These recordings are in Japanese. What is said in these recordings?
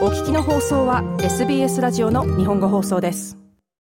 お聞きの放送は SBS ラジオの日本語放送です。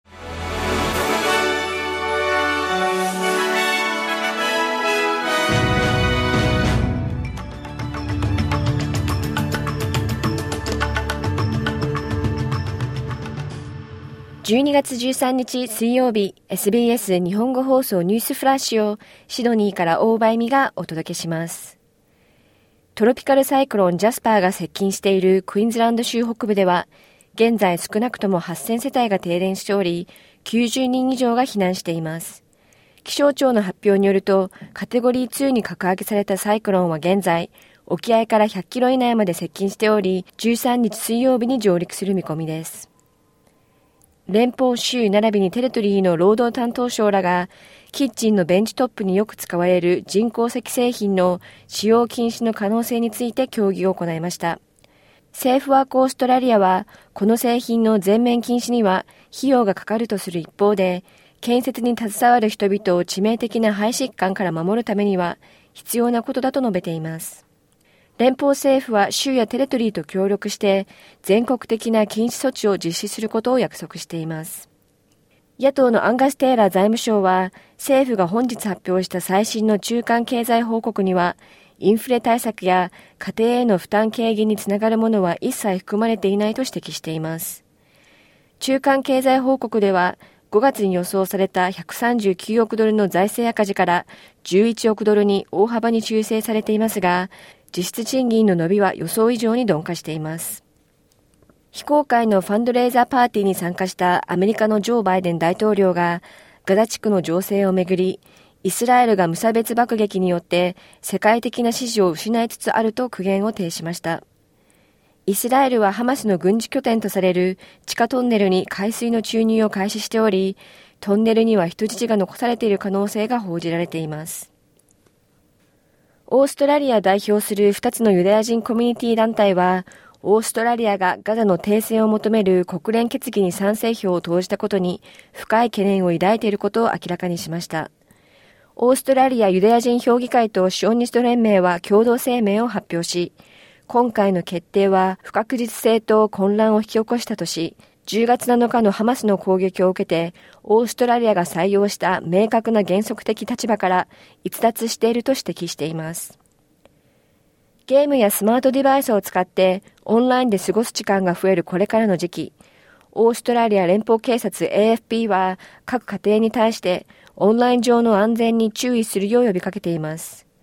12月13日水曜日、 SBS 日本語放送ニュースフラッシュをシドニーから大場恵美がお届けします。トロピカルサイクロンジャスパーが接近しているクイーンズランド州北部では、現在少なくとも8000世帯が停電しており、90人以上が避難しています。気象庁の発表によると、カテゴリー2に格上げされたサイクロンは現在、沖合から100キロ以内まで接近しており、13日水曜日に上陸する見込みです。連邦州並びにテレトリーの労働担当省らが、キッチンのベンチトップによく使われる人工石製品の使用禁止の可能性について協議を行いました。セーフワークオーストラリアは、この製品の全面禁止には費用がかかるとする一方で、建設に携わる人々を致命的な肺疾患から守るためには必要なことだと述べています。連邦政府は州やテレトリーと協力して全国的な禁止措置を実施することを約束しています。野党のアンガス・テイラー財務相は、政府が本日発表した最新の中間経済報告には、インフレ対策や家庭への負担軽減につながるものは一切含まれていないと指摘しています。中間経済報告では、5月に予想された139億ドルの財政赤字から11億ドルに大幅に修正されていますが、実質賃金の伸びは予想以上に鈍化しています。非公開のファンドレイザーパーティーに参加したアメリカのジョー・バイデン大統領が、ガザ地区の情勢をめぐり、イスラエルが無差別爆撃によって世界的な支持を失いつつあると苦言を呈しました。イスラエルはハマスの軍事拠点とされる地下トンネルに海水の注入を開始しており、トンネルには人質が残されている可能性が報じられています。オーストラリアを代表する2つのユダヤ人コミュニティ団体は、オーストラリアがガザの停戦を求める国連決議に賛成票を投じたことに深い懸念を抱いていることを明らかにしました。オーストラリアユダヤ人評議会とシオニスト連盟は共同声明を発表し、今回の決定は不確実性と混乱を引き起こしたとし、10月7日のハマスの攻撃を受けて、オーストラリアが採用した明確な原則的立場から逸脱していると指摘しています。ゲームやスマートデバイスを使ってオンラインで過ごす時間が増えるこれからの時期、オーストラリア連邦警察 AFP は各家庭に対してオンライン上の安全に注意するよう呼びかけています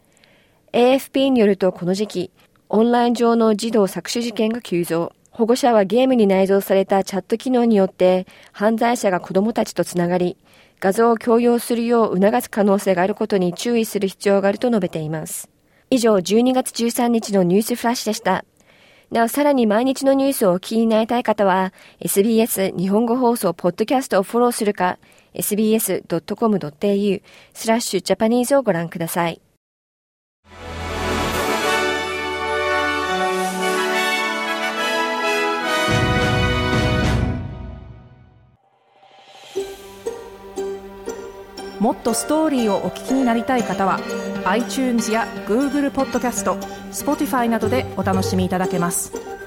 。AFP によるとこの時期、オンライン上の児童搾取事件が急増。保護者はゲームに内蔵されたチャット機能によって犯罪者が子どもたちとつながり、画像を共有するよう促す可能性があることに注意する必要があると述べています。以上、12月13日のニュースフラッシュでした。なお、さらに毎日のニュースをお聞きになりたい方は、SBS 日本語放送ポッドキャストをフォローするか、sbs.com.au/Japanese をご覧ください。 もっとストーリーをお聞きになりたい方は iTunes や Google ポッドキャスト、Spotify などでお楽しみいただけます。